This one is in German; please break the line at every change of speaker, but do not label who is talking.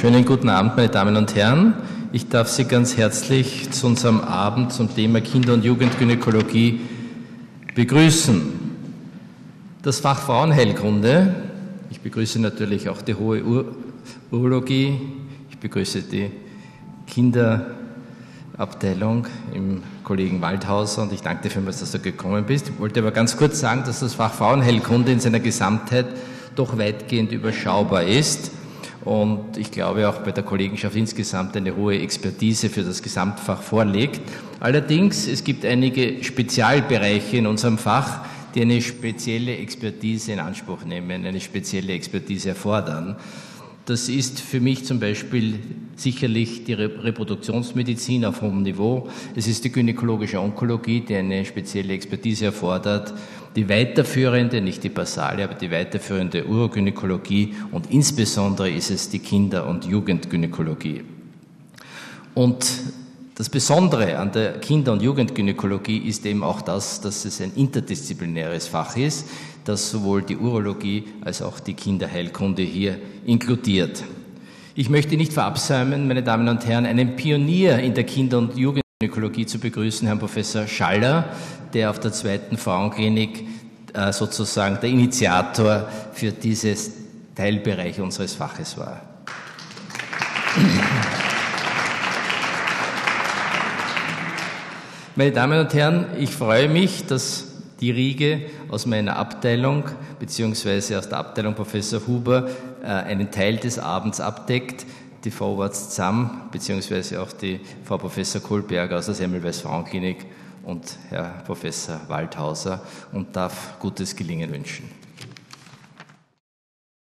Schönen guten Abend, meine Damen und Herren. Ich darf Sie ganz herzlich zu unserem Abend zum Thema Kinder- und Jugendgynäkologie begrüßen. Das Fach Frauenheilkunde, ich begrüße natürlich auch die hohe Urologie, ich begrüße die Kinderabteilung im Kollegen Waldhauser und ich danke dir vielmals, dass du gekommen bist. Ich wollte aber ganz kurz sagen, dass das Fach Frauenheilkunde in seiner Gesamtheit doch weitgehend überschaubar ist. Und ich glaube auch bei der Kollegenschaft insgesamt eine hohe Expertise für das Gesamtfach vorliegt. Allerdings, es gibt einige Spezialbereiche in unserem Fach, die eine spezielle Expertise in Anspruch nehmen, eine spezielle Expertise erfordern. Das ist für mich zum Beispiel sicherlich die Reproduktionsmedizin auf hohem Niveau. Es ist die gynäkologische Onkologie, die eine spezielle Expertise erfordert. Die weiterführende, nicht die basale, aber die weiterführende Urogynäkologie und insbesondere ist es die Kinder- und Jugendgynäkologie. Und das Besondere an der Kinder- und Jugendgynäkologie ist eben auch das, dass es ein interdisziplinäres Fach ist, das sowohl die Urologie als auch die Kinderheilkunde hier inkludiert. Ich möchte nicht verabsäumen, meine Damen und Herren, einen Pionier in der Kinder- und Jugendgynäkologie zu begrüßen, Herrn Professor Schaller, der auf der zweiten Frauenklinik sozusagen der Initiator für dieses Teilbereich unseres Faches war. Meine Damen und Herren, ich freue mich, dass die Riege aus meiner Abteilung beziehungsweise aus der Abteilung Professor Huber einen Teil des Abends abdeckt. Die Frau Watz-Zamm beziehungsweise auch die Frau Professor Kohlberger aus der Semmelweis Frauenklinik und Herr Professor Waldhauser und darf gutes Gelingen wünschen.